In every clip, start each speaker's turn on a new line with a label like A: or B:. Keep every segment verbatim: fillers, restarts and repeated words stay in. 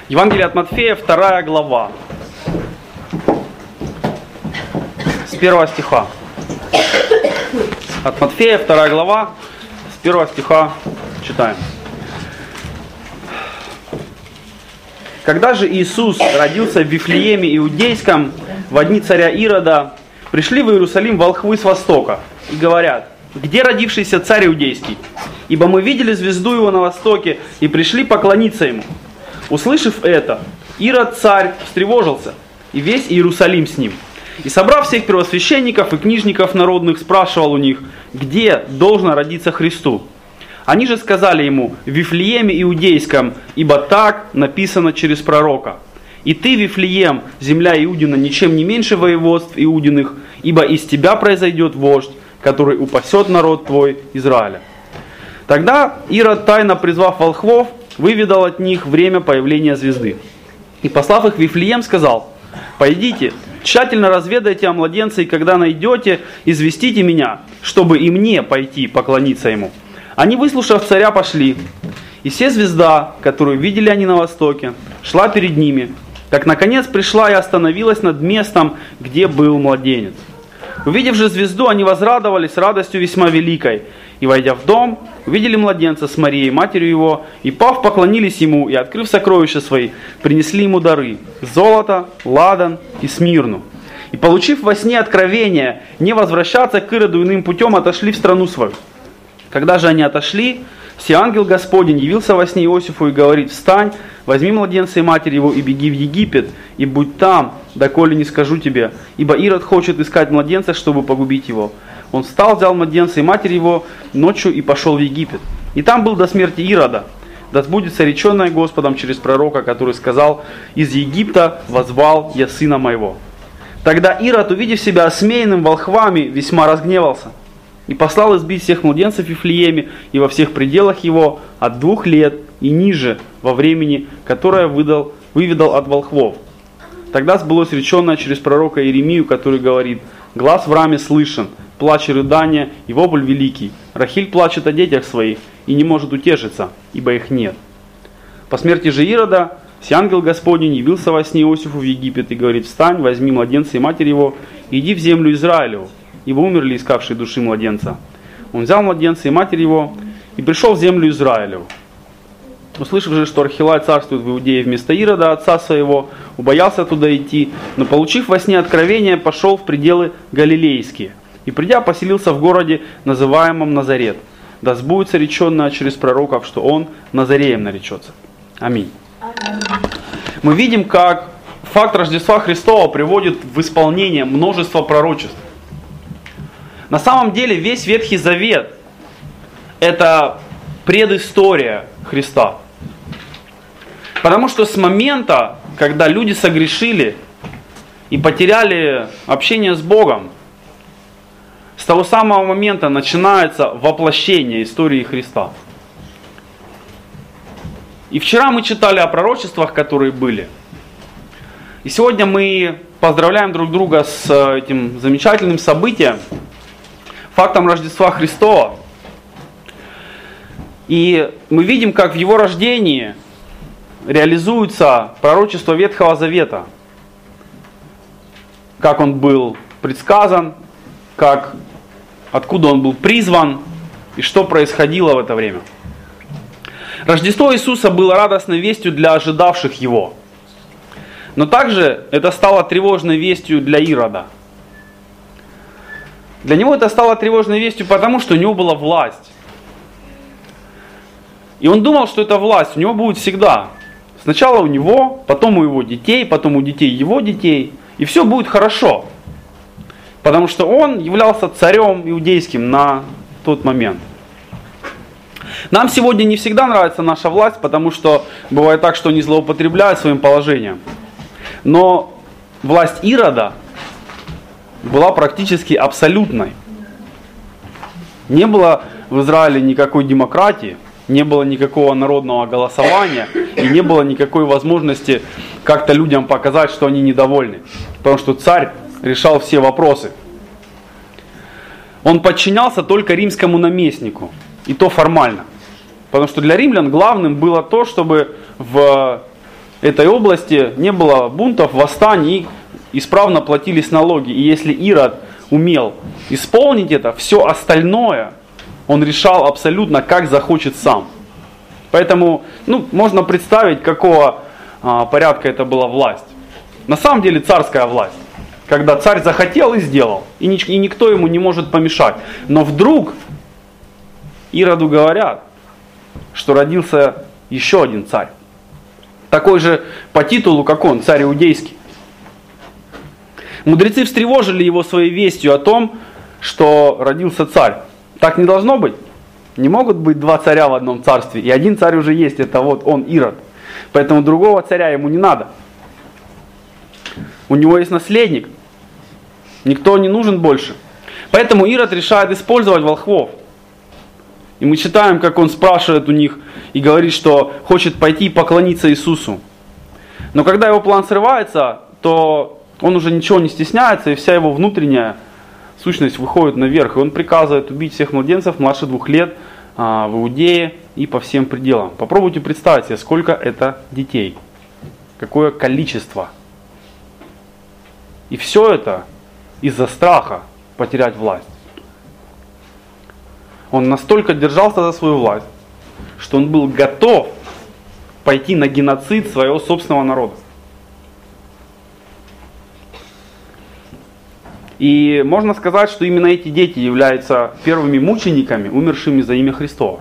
A: Евангелие от Матфея, вторая глава. С первого стиха. От Матфея, вторая глава, с первого стиха читаем. Когда же Иисус родился в Вифлееме Иудейском, в дни царя Ирода, пришли в Иерусалим волхвы с востока и говорят: где родившийся царь Иудейский? Ибо мы видели звезду его на востоке и пришли поклониться ему. Услышав это, Ирод царь встревожился, и весь Иерусалим с ним. И собрав всех первосвященников и книжников народных, спрашивал у них, где должно родиться Христу. Они же сказали ему: в Вифлееме Иудейском, ибо так написано через пророка. И ты, Вифлеем, земля Иудина, ничем не меньше воеводств Иудиных, ибо из тебя произойдет вождь, который упасет народ твой Израиля. Тогда Ирод, тайно призвав волхвов, выведал от них время появления звезды. И, послав их в Вифлеем, сказал: пойдите, тщательно разведайте о младенце, и когда найдете, известите меня, чтобы и мне пойти поклониться ему. Они, выслушав царя, пошли. И все звезда, которую видели они на востоке, шла перед ними, как наконец пришла и остановилась над местом, где был младенец. Увидев же звезду, они возрадовались радостью весьма великой. И, войдя в дом, увидели младенца с Марией, матерью его, и, пав, поклонились ему, и, открыв сокровища свои, принесли ему дары: золото, ладан и смирну. И, получив во сне откровение не возвращаться к Ироду иным путем, отошли в страну свою. Когда же они отошли, всеангел Господень явился во сне Иосифу и говорит: встань, возьми младенца и матерь его, и беги в Египет, и будь там, доколе не скажу тебе, ибо Ирод хочет искать младенца, чтобы погубить его. Он встал, взял младенца и матерь его ночью и пошел в Египет. И там был до смерти Ирода. Да сбудется реченное Господом через пророка, который сказал: из Египта воззвал я сына моего. Тогда Ирод, увидев себя осмеянным волхвами, весьма разгневался. И послал избить всех младенцев в Вифлееме и во всех пределах его от двух лет и ниже во времени, которое выдал, выведал от волхвов. Тогда сбылось реченное через пророка Иеремию, который говорит: глас в раме слышен, плач и рыдание и вопль великий. Рахиль плачет о детях своих и не может утешиться, ибо их нет. По смерти же Ирода всеангел Господень явился во сне Иосифу в Египет и говорит: встань, возьми младенца и матерь его, и иди в землю Израилеву, ибо умерли искавшие души младенца. Он взял младенца и матерь его и пришел в землю Израилеву. Услышав же, что Архилай царствует в Иудее вместо Ирода, отца своего, убоялся туда идти, но, получив во сне откровение, пошел в пределы галилейские. И, придя, поселился в городе, называемом Назарет. Да сбудется реченное через пророков, что он Назареем наречется. Аминь. Мы видим, как факт Рождества Христова приводит в исполнение множество пророчеств. На самом деле весь Ветхий Завет – это предыстория Христа. Потому что с момента, когда люди согрешили и потеряли общение с Богом, с того самого момента начинается воплощение истории Христа. И вчера мы читали о пророчествах, которые были. И сегодня мы поздравляем друг друга с этим замечательным событием, фактом Рождества Христова. И мы видим, как в его рождении реализуется пророчество Ветхого Завета. Как он был предсказан, как, откуда он был призван и что происходило в это время. Рождество Иисуса было радостной вестью для ожидавших его. Но также это стало тревожной вестью для Ирода. Для него это стало тревожной вестью, потому что у него была власть. И он думал, что эта власть у него будет всегда. Сначала у него, потом у его детей, потом у детей его детей. И все будет хорошо. Потому что он являлся царем иудейским на тот момент. Нам сегодня не всегда нравится наша власть, потому что бывает так, что они злоупотребляют своим положением. Но власть Ирода была практически абсолютной. Не было в Израиле никакой демократии, не было никакого народного голосования и не было никакой возможности как-то людям показать, что они недовольны. Потому что царь решал все вопросы. Он подчинялся только римскому наместнику, и то формально. Потому что для римлян главным было то, чтобы в этой области не было бунтов, восстаний, исправно платились налоги. И если Ирод умел исполнить это, все остальное он решал абсолютно как захочет сам. Поэтому ну, можно представить, какого а, порядка это была власть. На самом деле царская власть. Когда царь захотел и сделал, и, ни, и никто ему не может помешать. Но вдруг Ироду говорят, что родился еще один царь. Такой же по титулу, как он, царь иудейский. Мудрецы встревожили его своей вестью о том, что родился царь. Так не должно быть. Не могут быть два царя в одном царстве. И один царь уже есть, это вот он, Ирод. Поэтому другого царя ему не надо. У него есть наследник. Никто не нужен больше. Поэтому Ирод решает использовать волхвов. И мы читаем, как он спрашивает у них и говорит, что хочет пойти и поклониться Иисусу. Но когда его план срывается, то он уже ничего не стесняется, и вся его внутренняя сущность выходит наверх. И он приказывает убить всех младенцев младше двух лет а, в Иудее и по всем пределам. Попробуйте представить себе, сколько это детей. Какое количество. И все это из-за страха потерять власть. Он настолько держался за свою власть, что он был готов пойти на геноцид своего собственного народа. И можно сказать, что именно эти дети являются первыми мучениками, умершими за имя Христово.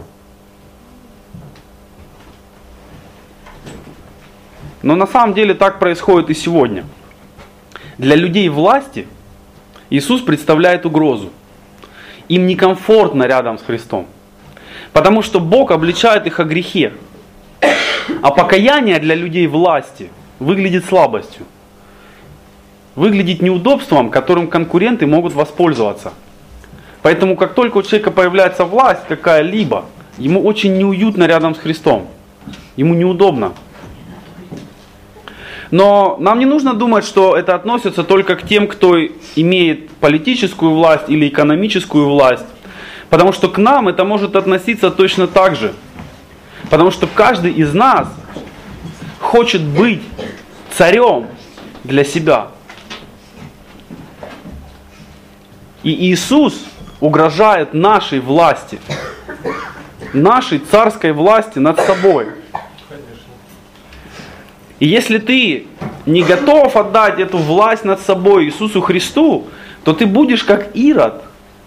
A: Но на самом деле так происходит и сегодня. Для людей власти Иисус представляет угрозу. Им некомфортно рядом с Христом. Потому что Бог обличает их о грехе. А покаяние для людей власти выглядит слабостью. Выглядит неудобством, которым конкуренты могут воспользоваться. Поэтому как только у человека появляется власть какая-либо, ему очень неуютно рядом с Христом. Ему неудобно. Но нам не нужно думать, что это относится только к тем, кто имеет политическую власть или экономическую власть. Потому что к нам это может относиться точно так же. Потому что каждый из нас хочет быть царем для себя. И Иисус угрожает нашей власти, нашей царской власти над собой. И если ты не готов отдать эту власть над собой Иисусу Христу, то ты будешь как Ирод.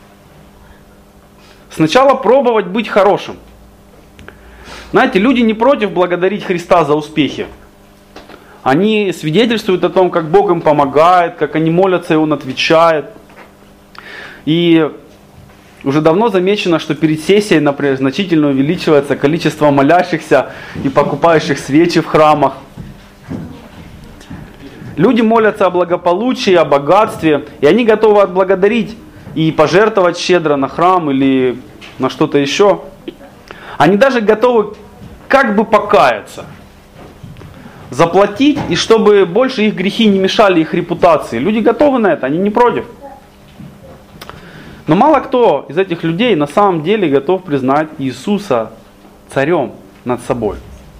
A: Сначала пробовать быть хорошим. Знаете, люди не против благодарить Христа за успехи. Они свидетельствуют о том, как Бог им помогает, как они молятся, и Он отвечает. И уже давно замечено, что перед сессией, например, значительно увеличивается количество молящихся и покупающих свечи в храмах. Люди молятся о благополучии, о богатстве, и они готовы отблагодарить и пожертвовать щедро на храм или на что-то еще. Они даже готовы как бы покаяться, заплатить, и чтобы больше их грехи не мешали их репутации. Люди готовы на это, они не против. Но мало кто из этих людей на самом деле готов признать Иисуса царем над собой.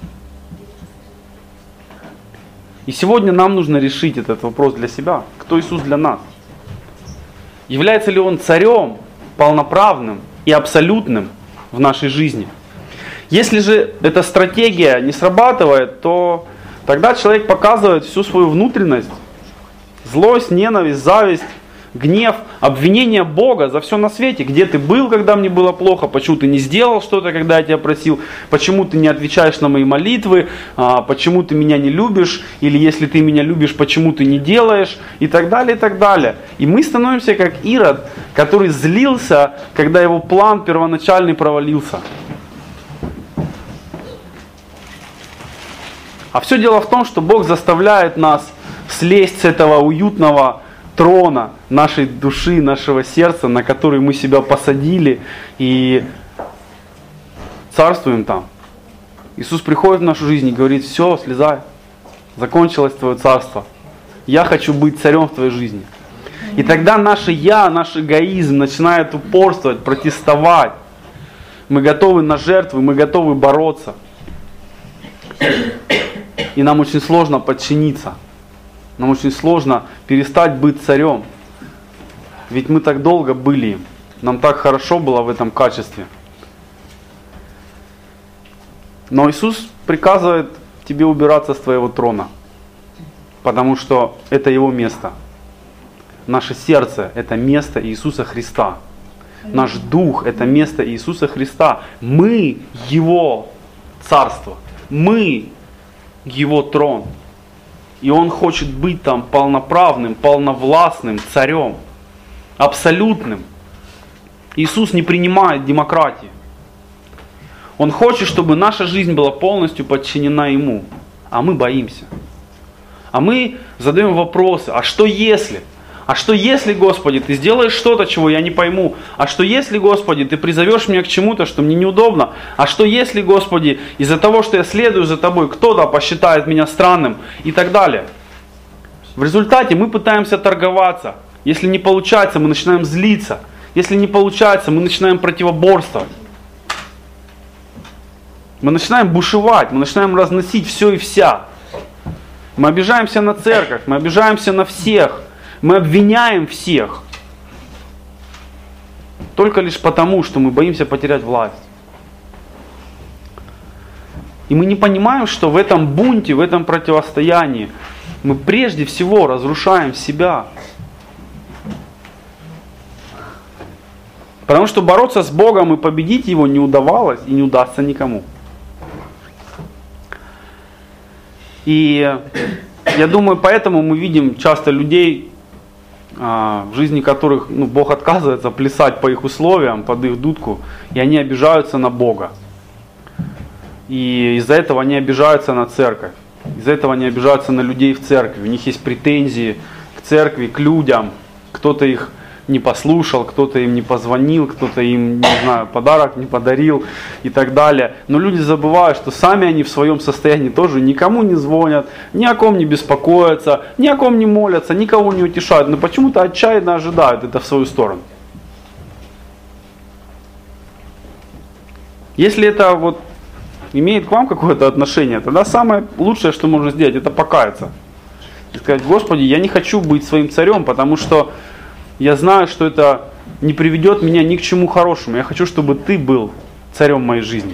A: И сегодня нам нужно решить этот вопрос для себя. Кто Иисус для нас? Является ли Он царем, полноправным и абсолютным в нашей жизни? Если же эта стратегия не срабатывает, то тогда человек показывает всю свою внутренность, злость, ненависть, зависть, гнев, обвинение Бога за все на свете. Где ты был, когда мне было плохо? Почему ты не сделал что-то, когда я тебя просил? Почему ты не отвечаешь на мои молитвы? Почему ты меня не любишь? Или если ты меня любишь, почему ты не делаешь? И так далее, и так далее. И мы становимся как Ирод, который злился, когда его план первоначальный провалился. А все дело в том, что Бог заставляет нас слезть с этого уютного трона нашей души, нашего сердца, на который мы себя посадили и царствуем там. Иисус приходит в нашу жизнь и говорит: все, слезай, закончилось твое царство. Я хочу быть царем в твоей жизни. И тогда наше я, наш эгоизм начинает упорствовать, протестовать. Мы готовы на жертвы, мы готовы бороться. И нам очень сложно подчиниться. Нам очень сложно перестать быть царем. Ведь мы так долго были им. Нам так хорошо было в этом качестве. Но Иисус приказывает тебе убираться с твоего трона. Потому что это Его место. Наше сердце – это место Иисуса Христа. Наш дух – это место Иисуса Христа. Мы Его царство. Мы Его трон. И Он хочет быть там полноправным, полновластным царем. Абсолютным. Иисус не принимает демократии. Он хочет, чтобы наша жизнь была полностью подчинена Ему. А мы боимся. А мы задаем вопросы. А что если? А что если, Господи, Ты сделаешь что-то, чего я не пойму? А что если, Господи, Ты призовешь меня к чему-то, что мне неудобно? А что если, Господи, из-за того, что я следую за Тобой, кто-то посчитает меня странным и так далее? В результате мы пытаемся торговаться. Если не получается, мы начинаем злиться. Если не получается, мы начинаем противоборствовать. Мы начинаем бушевать, мы начинаем разносить все и вся. Мы обижаемся на церковь, мы обижаемся на всех. Мы обвиняем всех. Только лишь потому, что мы боимся потерять власть. И мы не понимаем, что в этом бунте, в этом противостоянии мы прежде всего разрушаем себя. Потому что бороться с Богом и победить Его не удавалось и не удастся никому. И я думаю, поэтому мы видим часто людей, в жизни которых ну, Бог отказывается плясать по их условиям, под их дудку, и они обижаются на Бога. И из-за этого они обижаются на церковь. Из-за этого они обижаются на людей в церкви. У них есть претензии к церкви, к людям. Кто-то их не послушал, кто-то им не позвонил, кто-то им, не знаю, подарок не подарил и так далее. Но люди забывают, что сами они в своем состоянии тоже никому не звонят, ни о ком не беспокоятся, ни о ком не молятся, никого не утешают, но почему-то отчаянно ожидают это в свою сторону. Если это вот имеет к вам какое-то отношение, тогда самое лучшее, что можно сделать, это покаяться. И сказать: Господи, я не хочу быть своим царем, потому что я знаю, что это не приведет меня ни к чему хорошему. Я хочу, чтобы Ты был царем моей жизни.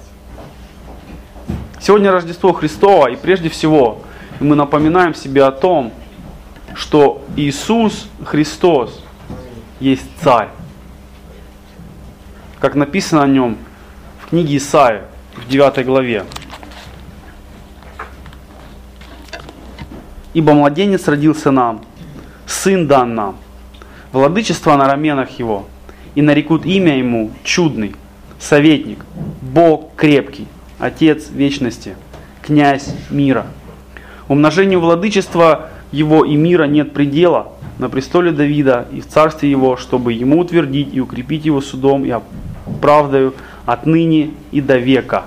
A: Сегодня Рождество Христово, и прежде всего мы напоминаем себе о том, что Иисус Христос есть Царь. Как написано о Нем в книге Исаии, в девятой главе. «Ибо младенец родился нам, сын дан нам, владычество на раменах Его, и нарекут имя Ему Чудный, Советник, Бог крепкий, Отец вечности, Князь мира. Умножению владычества Его и мира нет предела на престоле Давида и в царстве Его, чтобы Ему утвердить и укрепить Его судом и правдою отныне и до века».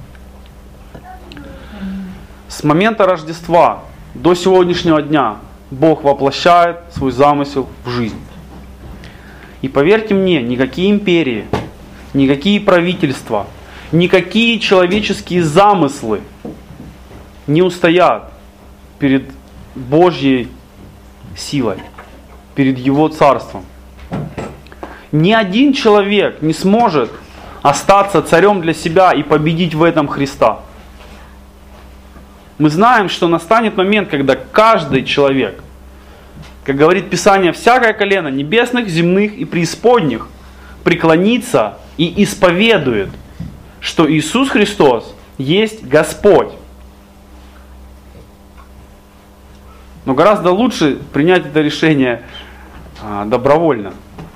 A: С момента Рождества до сегодняшнего дня Бог воплощает свой замысел в жизнь. И поверьте мне, никакие империи, никакие правительства, никакие человеческие замыслы не устоят перед Божьей силой, перед Его царством. Ни один человек не сможет остаться царем для себя и победить в этом Христа. Мы знаем, что настанет момент, когда каждый человек, как говорит Писание, всякое колено небесных, земных и преисподних преклонится и исповедует, что Иисус Христос есть Господь. Но гораздо лучше принять это решение а, добровольно.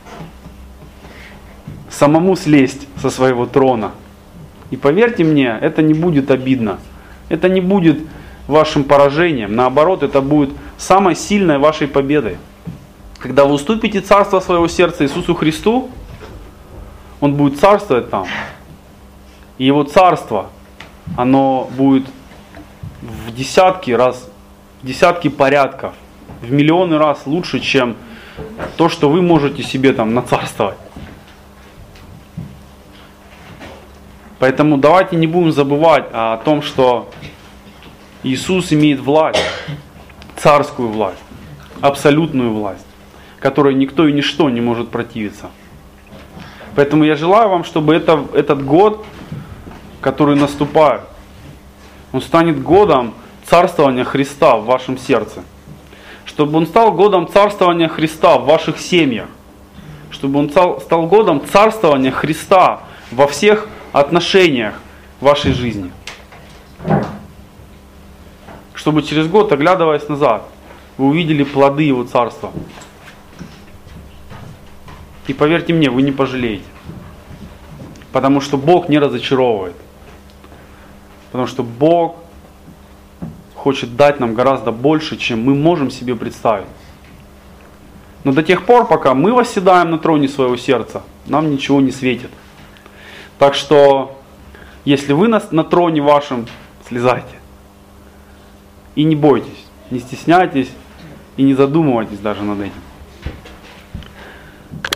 A: Самому слезть со своего трона. И поверьте мне, это не будет обидно. Это не будет вашим поражением. Наоборот, это будет самой сильной вашей победой. Когда вы уступите царство своего сердца Иисусу Христу, Он будет царствовать там. И Его царство, оно будет в десятки раз, в десятки порядков, в миллионы раз лучше, чем то, что вы можете себе там нацарствовать. Поэтому давайте не будем забывать о том, что Иисус имеет власть, царскую власть, абсолютную власть, которой никто и ничто не может противиться. Поэтому я желаю вам, чтобы это, этот год, который наступает, он станет годом царствования Христа в вашем сердце. Чтобы он стал годом царствования Христа в ваших семьях. Чтобы он стал, стал годом царствования Христа во всех отношениях вашей жизни. Чтобы через год, оглядываясь назад, вы увидели плоды Его Царства. И поверьте мне, вы не пожалеете. Потому что Бог не разочаровывает. Потому что Бог хочет дать нам гораздо больше, чем мы можем себе представить. Но до тех пор, пока мы восседаем на троне своего сердца, нам ничего не светит. Так что, если вы на, на троне вашем, слезайте. И не бойтесь, не стесняйтесь и не задумывайтесь даже над этим.